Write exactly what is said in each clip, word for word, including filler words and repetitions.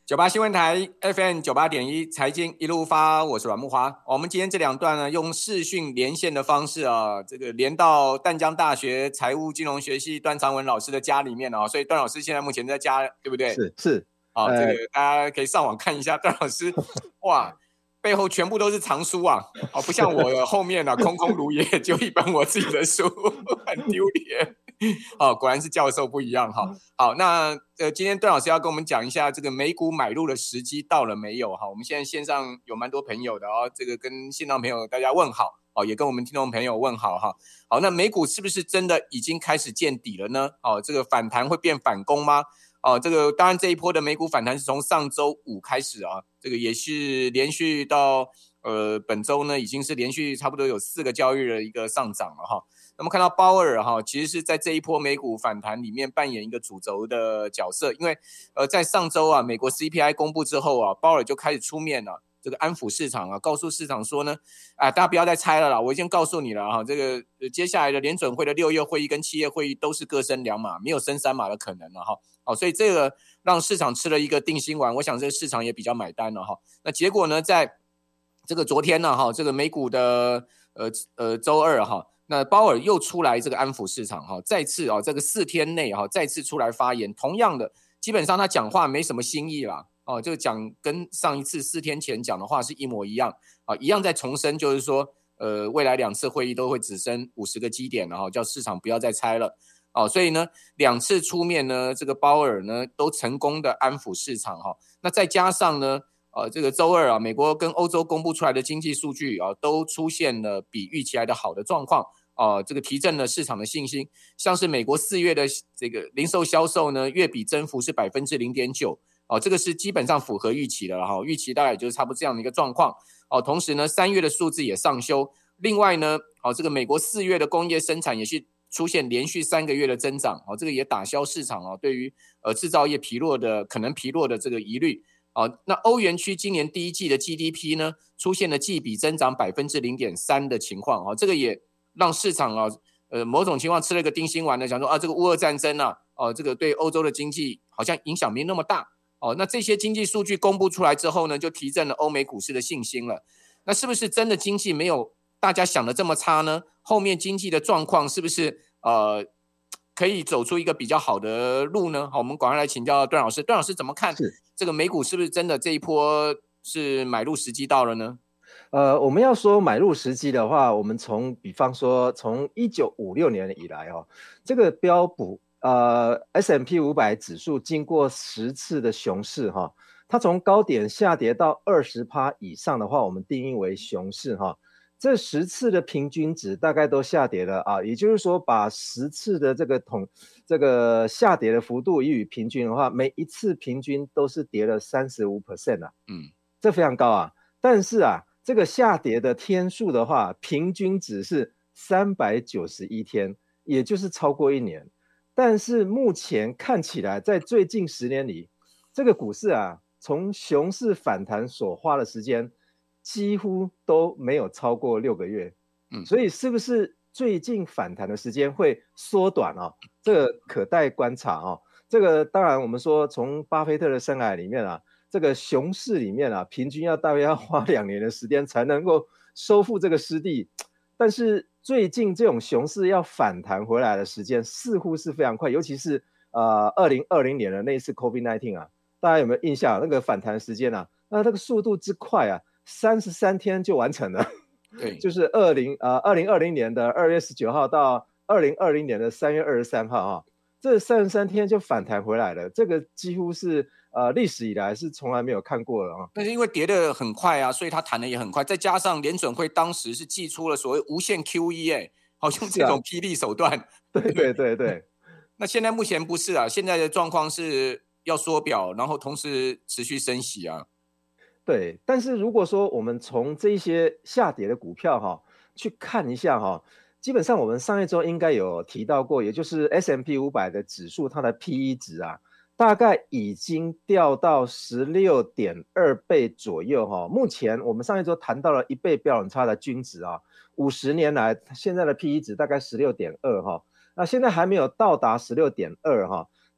九八新闻台 F M 九八点一财经一路发，我是阮木华。我们今天这两段呢，用视讯连线的方式啊，这个连到淡江大学财务金融学系段长文老师的家里面啊，所以段老师现在目前在家，对不对？ 是是， 好、哦，这个大家可以上网看一下段老师，哇，背后全部都是藏书啊，哦，不像我后面啊空空如也，就一本我自己的书，很丢脸。哦，果然是教授不一样哈。好，那呃，今天段老师要跟我们讲一下这个美股买入的时机到了没有哈？我们现在线上有蛮多朋友的哦，这个跟线上朋友大家问好，哦，也跟我们听众朋友问好哈。好，那美股是不是真的已经开始见底了呢？哦，这个反弹会变反攻吗？哦，这个当然这一波的美股反弹是从上周五开始啊，这个也是连续到呃本周呢，已经是连续差不多有四个交易日的一个上涨了哈。那么看到鲍尔哈，其实是在这一波美股反弹里面扮演一个主轴的角色，因为呃在上周啊，美国 C P I 公布之后啊，鲍尔就开始出面了、啊，这个安抚市场啊，告诉市场说呢，啊大家不要再猜了啦，我已经告诉你了哈，这个、呃、接下来的联准会的六月会议跟七月会议都是各升两码，没有升三码的可能了哈。好，所以这个让市场吃了一个定心丸，我想这个市场也比较买单了哈。那结果呢，在这个昨天呢哈，这个美股的呃呃周二哈。那鲍尔又出来这个安抚市场哈，再次啊这个四天内哈再次出来发言，同样的基本上他讲话没什么新意啦，哦，就讲跟上一次四天前讲的话是一模一样啊，一样在重申，就是说呃未来两次会议都会只升五十个基点，然后叫市场不要再猜了哦，所以呢两次出面呢，这个鲍尔呢都成功的安抚市场哈，那再加上呢。呃，这个周二啊，美国跟欧洲公布出来的经济数据啊，都出现了比预期来的好的状况啊、呃，这个提振了市场的信心。像是美国四月的这个零售销售呢，月比增幅是百分之零点九，哦，这个是基本上符合预期的了哈、哦，预期大概就是差不多这样的一个状况。哦，同时呢，三月的数字也上修。另外呢，哦，这个美国四月的工业生产也是出现连续三个月的增长，哦，这个也打消市场哦对于呃制造业疲弱的可能疲弱的这个疑虑。哦，那欧元区今年第一季的 G D P 呢，出现了季比增长百分之零点三的情况啊、哦，这个也让市场啊，呃，某种情况吃了一个定心丸呢，想说啊，这个乌俄战争啊，哦，这个对欧洲的经济好像影响没那么大哦。那这些经济数据公布出来之后呢，就提振了欧美股市的信心了。那是不是真的经济没有大家想的这么差呢？后面经济的状况是不是呃？可以走出一个比较好的路呢？好，我们赶快来请教段老师。段老师怎么看这个美股是不是真的这一波是买入时机到了呢？ 呃，我们要说买入时机的话，我们从比方说从一九五六年以来哦，这个标普呃 S and P 五百 指数经过十次的熊市哈、哦，它从高点下跌到 百分之二十 以上的话，我们定义为熊市哈、哦。这十次的平均值大概都下跌了啊，也就是说，把十次的这个统这个下跌的幅度予以平均的话，每一次平均都是跌了 百分之三十五 啊，嗯，这非常高啊。但是啊，这个下跌的天数的话，平均值是三百九十一天，也就是超过一年。但是目前看起来，在最近十年里，这个股市啊，从熊市反弹所花的时间。几乎都没有超过六个月，嗯，所以是不是最近反弹的时间会缩短啊？这个可待观察啊。这个当然我们说从巴菲特的生涯里面啊，这个熊市里面啊，平均要大约要花两年的时间才能够收复这个失地，但是最近这种熊市要反弹回来的时间似乎是非常快，尤其是呃二零二零年的那一次 COVID 十九 啊，大家有没有印象？那个反弹时间啊，那这个速度之快啊！三十三天就完成了，对，就是二零呃二零二零年的二月十九号到二零二零年的三月二十三号啊，这三十三天就反弹回来了，这个几乎是呃历史以来是从来没有看过的啊。 但是因为跌得很快啊，所以它弹得也很快，再加上联准会当时是祭出了所谓无限 Q E， 哎，好用这种霹雳手段。 啊、对对对对。 那现在目前不是啊，现在的状况是要缩表，然后同时持续升息啊。 对，但是如果说我们从这些下跌的股票哈去看一下哈，基本上我们上一周应该有提到过，也就是 S and P 五百 的指数，它的 P E 值啊，大概已经掉到 十六点二 倍左右哈。目前我们上一周谈到了一倍标准差的均值啊，五十年来现在的 P E 值大概 十六点二 哈，那现在还没有到达 十六点二 哈。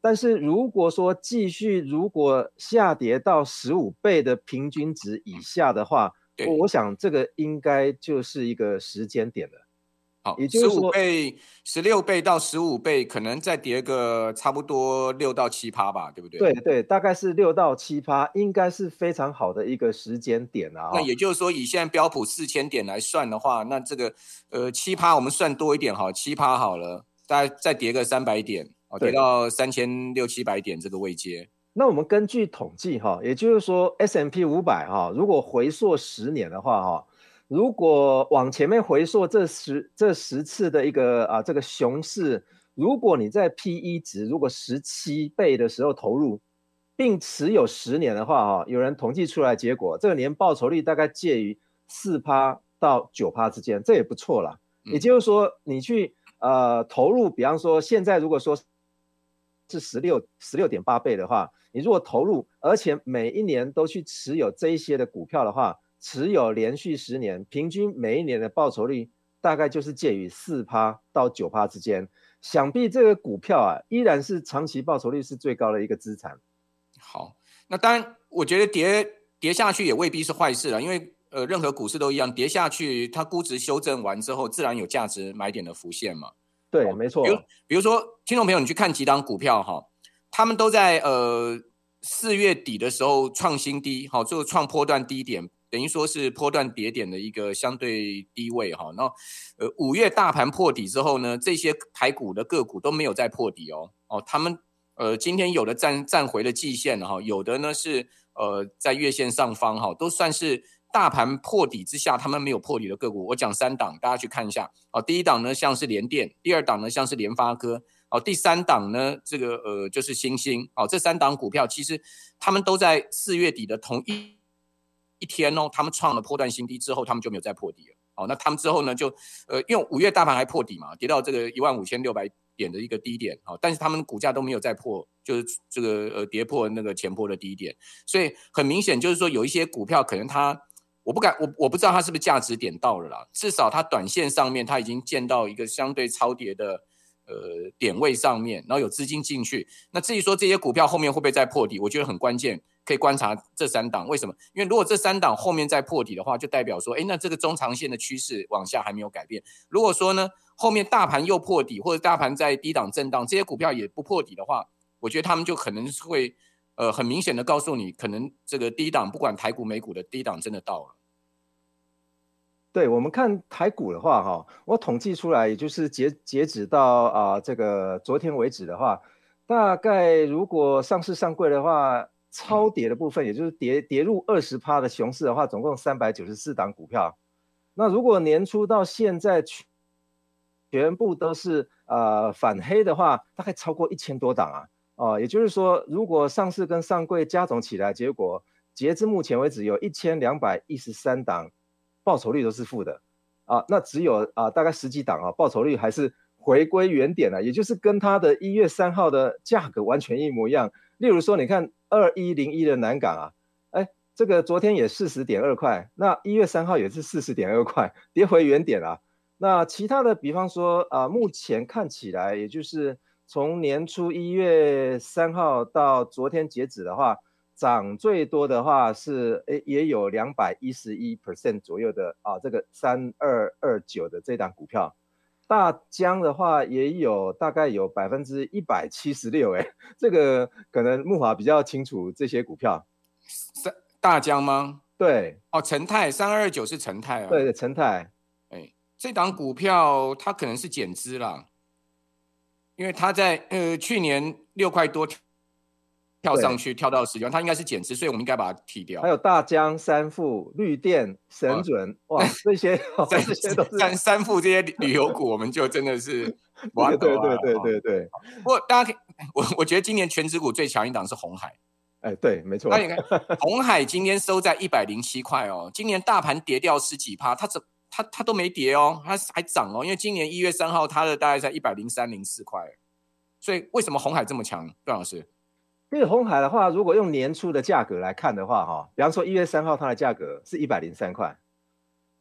但是如果说继续如果下跌到十五倍的平均值以下的话，我我想这个应该就是一个时间点了。 好，十五倍、十六倍到十五倍，可能再跌个差不多六到七趴吧，对不对？ 对对，大概是六到七趴，应该是非常好的一个时间点啊、哦。 那也就是说，以现在标普四千点来算的话，那这个呃七趴我们算多一点好，七趴好了，大概再跌个三百点，哦，跌到三千六七百点这个位阶。 那我们根据统计哈，也就是说 S and P 五百哈，如果回溯十年的话哈。如果往前面回溯这十这十次的一个啊这个熊市，如果你在 P E 值如果十七倍的时候投入，并持有十年的话哈，有人统计出来结果，这个年报酬率大概介于 百分之四 到百分之九 之间，这也不错啦。也就是说，你去呃投入，比方说现在如果说是十六十六点八倍的话，你如果投入，而且每一年都去持有这一些的股票的话。持有连续十年，平均每一年的报酬率大概就是介于 百分之四 到百分之九 之间。想必这个股票啊，依然是长期报酬率是最高的一个资产。 好，那当然，我觉得跌跌下去也未必是坏事了，因为呃，任何股市都一样，跌下去，它估值修正完之后，自然有价值买点的浮现嘛。 对，没错。 比如，比如说，听众朋友，你去看几档股票哈，他们都在呃四月底的时候创新低，好，就创波段低点。等于说是波段跌点的一个相对低位哈，然后呃五月大盘破底之后呢，这些台股的个股都没有再破底哦哦，他们呃今天有的站站回了季线了哈，有的呢是呃在月线上方哈，都算是大盘破底之下他们没有破底的个股。我讲三档，大家去看一下哦。第一档呢像是联电，第二档呢像是联发科，哦，第三档呢这个呃就是新兴哦，这三档股票其实他们都在四月底的同一。一天哦，他们创了波段新低之后，他们就没有再破底了。哦，那他们之后呢，就呃，因为五月大盘还破底嘛，跌到这个一万五千六百点的一个低点，好、哦，但是他们股价都没有再破，就是这个呃跌破那个前波的低点，所以很明显就是说有一些股票可能它，我不敢，我我不知道它是不是价值点到了啦，至少它短线上面它已经见到一个相对超跌的。呃，点位上面，然后有资金进去。那至于说这些股票后面会不会再破底，我觉得很关键，可以观察这三档。为什么？因为如果这三档后面再破底的话，就代表说，哎，那这个中长线的趋势往下还没有改变。如果说呢，后面大盘又破底，或者大盘在低档震荡，这些股票也不破底的话，我觉得他们就可能会，呃，很明显的告诉你，可能这个低档，不管台股、美股的低档真的到了。 对，我们看台股的话，哈，我统计出来，也就是截截止到啊、呃、这个昨天为止的话，大概如果上市上柜的话，超跌的部分，也就是跌跌入二十趴的熊市的话，总共三百九十四档股票。那如果年初到现在全部都是呃反黑的话，大概超过一千多档啊。哦、呃，也就是说，如果上市跟上柜加总起来，结果截至目前为止有一千两百一十三档。报酬率都是负的啊，那只有啊大概十几档啊，报酬率还是回归原点了，也就是跟它的一月三号的价格完全一模一样。例如说，你看二一零一的南港啊，哎，这个昨天也四十点二块，那一月三号也是四十点二块，跌回原点了。那其他的，比方说啊，目前看起来，也就是从年初一月三号到昨天截止的话。涨最多的话是诶也有 百分之两百一十一 左右的啊，这个三二二九的这档股票，大江的话也有大概有百分之一百七十六，哎，这个可能木华比较清楚这些股票。 大江吗？ 对， 哦，成泰三二二九是成泰啊。 对，成泰， 哎，这档股票它可能是减资啦，因为它在呃去年六块多。跳上去跳到十元，它应该是减资，所以我们应该把它剔掉。 还有大江、三富、绿电、神准，哦、哇，这些这些都是三三富这些旅游股，我们就真的是对对对对对对。 不过大家可以，我我觉得今年全指股最强一档是鸿海。 哎，对，没错。 那你看，鸿海今天收在一百零七块哦，今年大盘跌掉十几趴，它怎它它都没跌哦，它还涨哦，因为今年一月三号它的大概在一百零三零四块，所以为什么鸿海这么强？段老师？ 因为鸿海的话，如果用年初的价格来看的话，哈，比方说一月三号它的价格是一百零三块，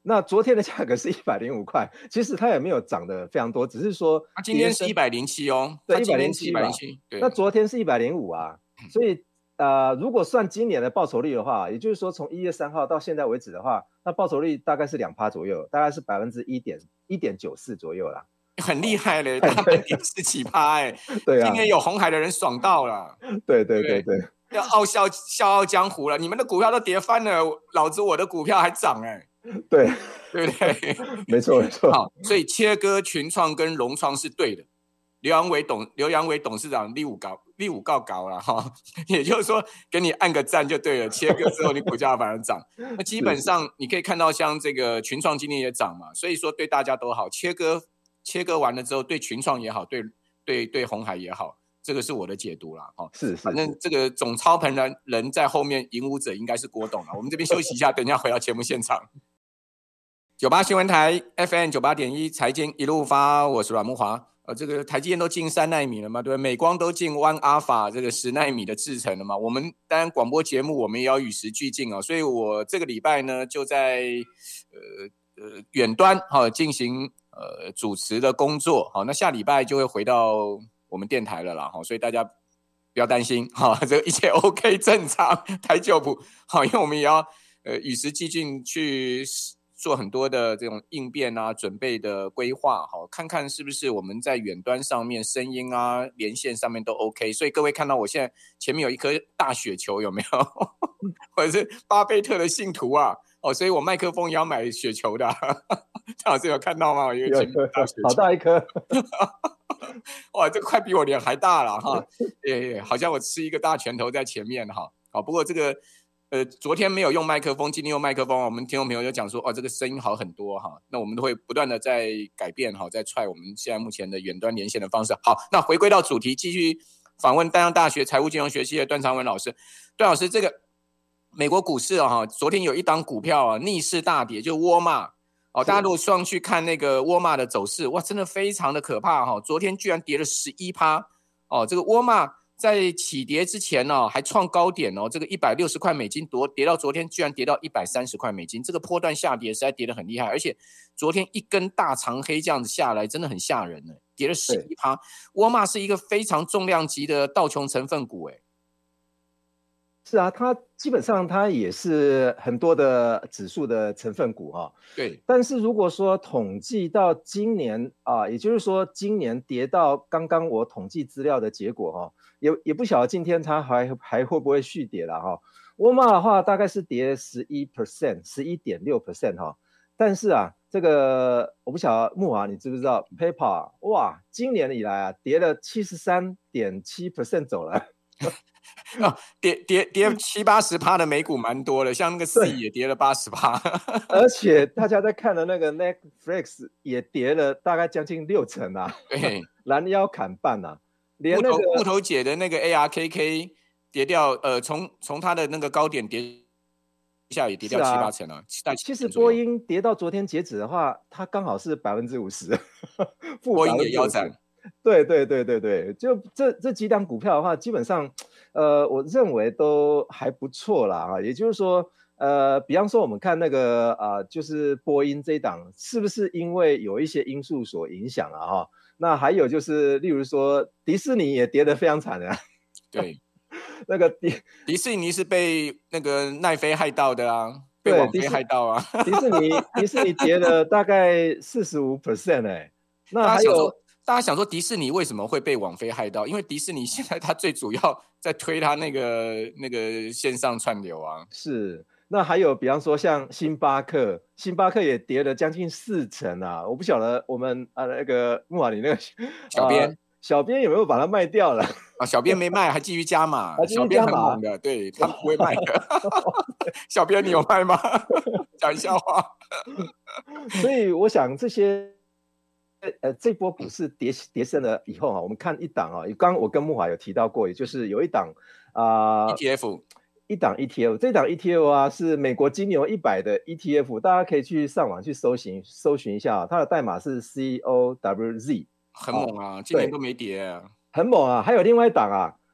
那昨天的价格是一百零五块，其实它也没有涨得非常多，只是说它今天是一百零七哦， 对， 一百零七嘛，那昨天是一百零五啊，所以呃，如果算今年的报酬率的话，也就是说从一月三号到现在为止的话，那报酬率大概是 百分之二 左右，大概是 百分之一点九四 左右啦。 很厉害嘞，大盘跌十几趴哎， 对啊， 今年有红海的人爽到了， 对对对对， 要傲笑笑傲江湖了，你们的股票都跌翻了，老子我的股票还涨哎， 对对不对？ 没错没错。 好，所以切割群创跟融创是对的。刘扬伟董刘扬伟董事长立五高立五告高了哈，也就是说给你按个赞就对了。切割之后你股价反而涨，那基本上你可以看到像这个群创今天也涨嘛，所以说对大家都好。切割切割完了之后，对群创也好，对对对鸿海也好，这个是我的解读啦。哈， 是是， 反正这个总操盘人人在后面，引舞者应该是郭董了。我们这边休息一下，等一下回到节目现场。九八新闻台 F M 九八点一财经一路发，我是阮慕骅。呃，这个台积电都进三奈米了嘛，对不对？美光都进 One Alpha 这个十奈米的制程了嘛。我们当然广播节目我们也要与时俱进啊，所以我这个礼拜呢就在呃呃远端哈、哦、进行呃主持的工作。好，那下礼拜就会回到我们电台了啦。哈，所以大家不要担心哈，这个一切 OK 正常，台九普好，因为我们也要呃与时俱进去。做很多的这种应变啊，准备的规划，好，看看是不是我们在远端上面声音啊、连线上面都 OK。所以各位看到我现在前面有一颗大雪球，有没有？或者是巴菲特的信徒啊？哦，所以我麦克风也要买雪球的、啊。张老师有看到吗？我有一个前面大雪球， 好大一颗。 哇，这个快比我脸还大了哈！也好像我吃一个大拳头在前面哈。好，不过这个。呃，昨天没有用麦克风，今天用麦克风，我们听众朋友就讲说，哦，这个声音好很多哈。那我们都会不断的在改变哈，在踹我们现在目前的远端连线的方式。好，那回归到主题，继续访问淡江大学财务金融学系的段长文老师。段老师，这个美国股市啊哈，昨天有一档股票啊逆势大跌，就沃尔玛哦，大家如果上去看那个沃尔玛的走势，哇，真的非常的可怕哈。昨天居然跌了 百分之十一 哦，这个沃尔玛。在起跌之前呢、哦，还创高点哦，这个一百六十块美金多跌到昨天居然跌到一百三十块美金，这个波段下跌实在跌得很厉害，而且昨天一根大长黑这样子下来，真的很吓人呢，跌了 百分之十一。沃尔玛是一个非常重量级的道琼成分股哎。 是啊，它基本上它也是很多的指数的成分股哈、哦。 对。 但是如果说统计到今年啊，也就是说今年跌到刚刚我统计资料的结果哈、哦，也也不晓得今天它还还会不会续跌了哈、哦。沃尔玛的话大概是跌 百分之十一 百分之十一点六 哈。但是啊，这个我不晓得慕骅你知不知道 PayPal 哇，今年以来啊跌了 百分之七十三点七 走了。 哦、跌跌跌七八十趴的美股蛮多的，像那个 C 也跌了八十趴， 而且大家在看的那个 Netflix 也跌了大概将近六成啊， 对， 拦腰砍半啊，连那个木头木头姐的那个 A R K K 跌掉，呃，从从它的那个高点跌下也跌掉七八成啊。 其实波音跌到昨天截止的话，它刚好是百分之五十， 波音也腰斩。 对对对对对，就这这几档股票的话，基本上，呃，我认为都还不错啦啊。也就是说，呃，比方说我们看那个啊、呃，就是波音这一档，是不是因为有一些因素所影响了哈？那还有就是，例如说迪士尼也跌得非常惨的、啊。 对， 那个迪迪士尼是被那个奈飞害到的啊，被网飞害到啊。 迪士尼迪士尼跌了大概四十五 percent 哎，那还有。 大家想说迪士尼为什么会被网飞害到？因为迪士尼现在它最主要在推它那个那个线上串流啊。 是，那还有比方说像星巴克，星巴克也跌了将近四成啊！我不晓得我们啊那个慕骅你那个小编、 呃、小编有没有把它卖掉了啊？小编没卖，还继续加码。 还继续加码， 小编很猛的，对他不会卖的。小编你有卖吗？讲笑话。 所以我想这些。呃，这波股市跌跌升了以后哈，我们看一档啊，刚刚我跟慕骅有提到过，也就是有一档啊、呃、 ，E T F， 一档 E T F， 这档 E T F 啊是美国金牛一百的 E T F， 大家可以去上网去搜寻搜寻一下、啊，它的代码是 C O W Z， 很猛啊，今年都没跌、啊， 很猛啊。还有另外一档啊，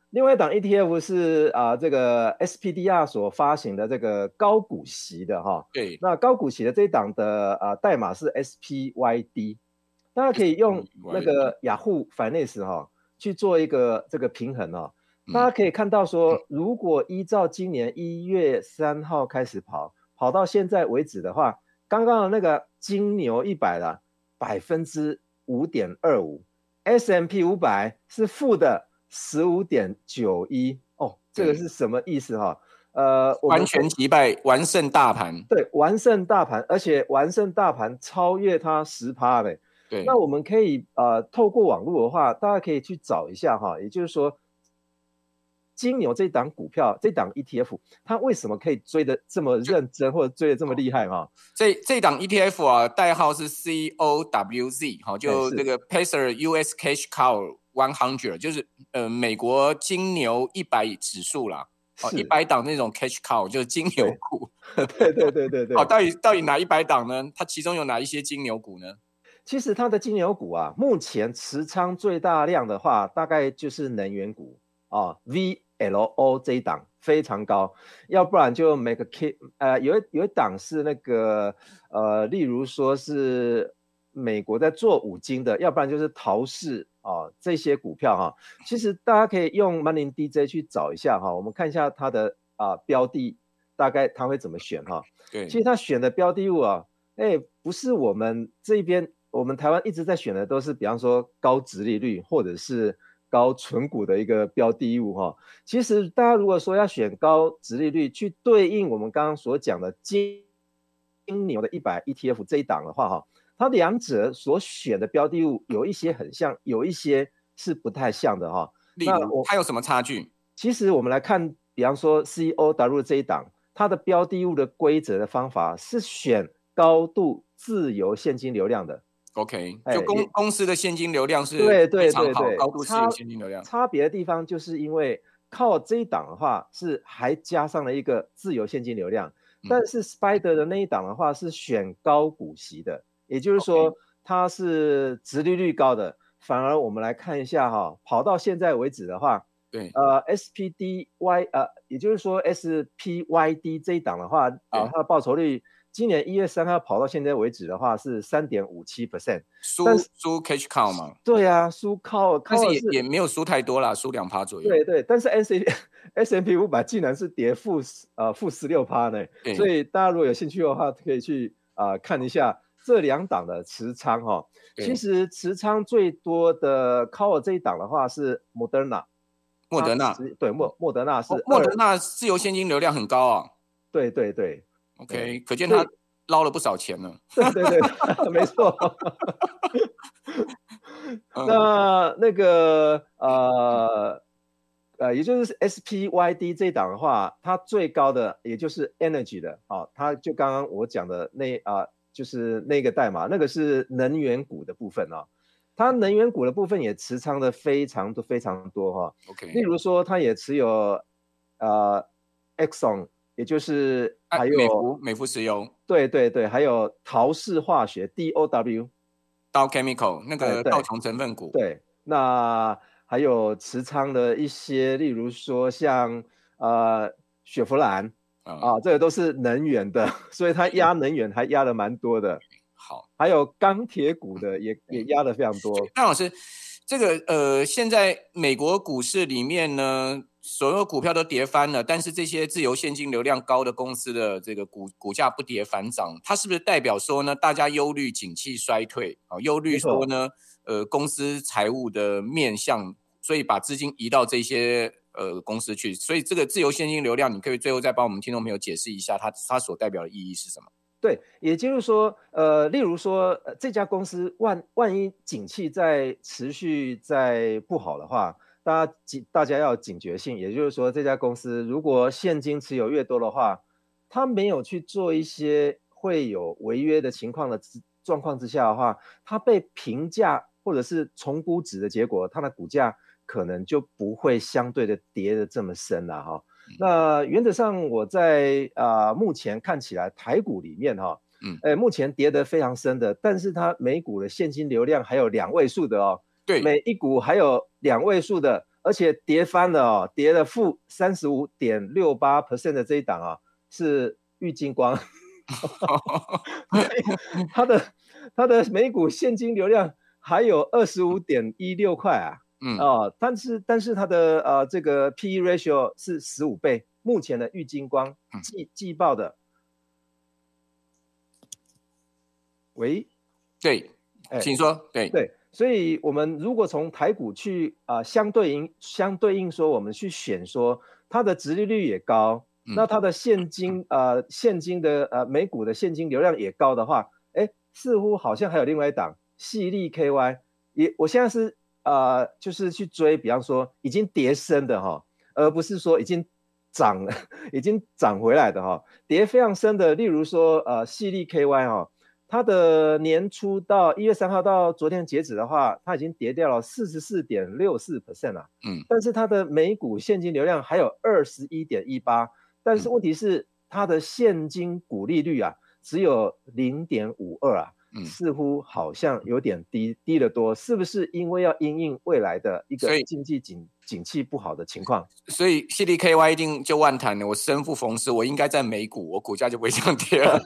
另外一档 E T F 是啊、呃、这个 S P D R 所发行的这个高股息的哈。 对， 那高股息的这一档的啊、呃、代码是 S P Y D， 大家可以用那个雅虎 Finance 哈去做一个这个平衡哦。大家可以看到说，如果依照今年一月三号开始跑，跑到现在为止的话，刚刚的那个金牛一百啦，百分之五点二五 ，S and P 五百是负的十五点九一哦，这个是什么意思哈？呃， 完全击败完胜大盘， 对，完胜大盘，而且完胜大盘超越它十趴嘞。 对， 那我们可以呃透过网络的话，大家可以去找一下哈，也就是说。金牛这档股票，这档 E T F， 它为什么可以追得这么认真，或者追得这么厉害哈？ 这这档 E T F 啊，代号是 C O W Z 哈，就这个 Pacer U S Cash Cow 一百，就是呃美国金牛一百指数啦，哦一百档那种 Cash Cow 就是金牛股。 对对对对对。 好，到底到底哪一百档呢？它其中有哪一些金牛股呢？ 其实它的金牛股啊，目前持仓最大量的话，大概就是能源股啊 ，V L O 这一档非常高，要不然就 Make K 呃有一有一档是那个呃，例如说是美国在做五金的，要不然就是陶氏啊这些股票哈、啊，其实大家可以用 Money D J 去找一下哈、啊，我们看一下它的啊标的大概它会怎么选哈、啊。 对， 其实它选的标的物啊，哎不是我们这边我们台湾一直在选的都是比方说高殖利率或者是高存股的一个标的物哈，其实大家如果说要选高殖利率去对应我们刚刚所讲的金牛的一百 E T F 这一档的话哈，它两者所选的标的物有一些很像，有一些是不太像的哈。 例如它有什么差距？ 其实我们来看，比方说 C O W 这一档，它的标的物的规则的方法是选高度自由现金流量的。 OK， 就公公司的现金流量是对对非常好， 对对， 高度自由现金流量。 差别的地方就是因为靠这一档的话是还加上了一个自由现金流量，但是 Spider 的那一档的话是选高股息的，也就是说它是殖利率高的。反而我们来看一下哈，跑到现在为止的话， 对， 呃 S P D Y 呃，也就是说 S P Y D 这一档的话啊，它的报酬率。今年一月三号跑到现在为止的话是 三点五七 percent， 输输 Cash Cow 嘛？ 对啊，输靠， 但是也也没有输太多啦，输两趴左右。 对对，但是 S S M P 五百竟然是跌负呃负十六趴呢，所以大家如果有兴趣的话，可以去啊、呃、看一下这两档的持仓哈、哦。其实持仓最多的靠这一档的话是 Moderna， 莫德纳对莫莫德纳是、哦、 莫德纳自由现金流量很高啊。 对对对。 OK， 可见他捞了不少钱呢。 对对对，没错。那那个呃呃，也就是 S P Y D 这一档的话，它最高的也就是 Energy 的啊、哦，它就刚刚我讲的那啊、呃，就是那个代码，那个是能源股的部分啊、哦。它能源股的部分也持仓的非常多非常多哈、哦。 OK， 例如说，它也持有呃 Exxon。也就是还有美孚美孚石油， 对对对，还有陶氏化学 D O W， Dow Chemical 那个道琼成分股。 对，那还有持仓的一些，例如说像呃雪佛兰、嗯、啊，这个都是能源的，所以它压能源还压的蛮多的。 好， 还有钢铁股的也也压的非常多。 那老师，这个呃，现在美国股市里面呢，所有股票都跌翻了，但是这些自由现金流量高的公司的这个股股价不跌反涨，它是不是代表说呢，大家忧虑景气衰退啊，忧虑说呢，呃，公司财务的面向，所以把资金移到这些呃公司去，所以这个自由现金流量，你可以最后再帮我们听众朋友解释一下它它所代表的意义是什么？ 对，也就是说，呃，例如说，呃、这家公司万万一景气在持续在不好的话，大家大家要警觉性，也就是说，这家公司如果现金持有越多的话，它没有去做一些会有违约的情况的状况之下的话，它被评价或者是重估值的结果，它的股价可能就不会相对的跌得这么深了哈。那原则上，我在啊、呃、目前看起来台股里面哈，嗯，呃，目前跌得非常深的，但是它每股的现金流量还有两位数的哦， 对， 每一股还有两位数的而且跌翻了哦，跌了负三十五点六八 percent 的这一档啊，是玉晶光，它的它的每股现金流量还有二十五点一六块啊，嗯哦，但是但是它的呃这个 P E ratio 是十五倍，目前的玉晶光季季报的，喂， 对，请说，对对。所以我们如果从台股去啊、呃、相对应相对应说，我们去选说它的殖利率也高，嗯、那它的现金呃现金的呃每股的现金流量也高的话，哎，似乎好像还有另外一档矽力 K Y， 也我现在是呃就是去追，比方说已经跌深的哈，而不是说已经涨已经涨回来的哈，跌非常深的，例如说呃矽力 K Y 哈。它的年初到一月三号到昨天截止的话，它已经跌掉了 百分之四十四点六四 了。嗯，但是它的每股现金流量还有 二十一点一八， 但是问题是它的现金股利率啊只有 零点五二 啊，嗯、似乎好像有点低低得多，是不是因为要因应未来的一个经济景景气不好的情况？ 所以 C D K Y 一定就万谈了，我生不逢时，我应该在美股，我股价就不会这样跌了。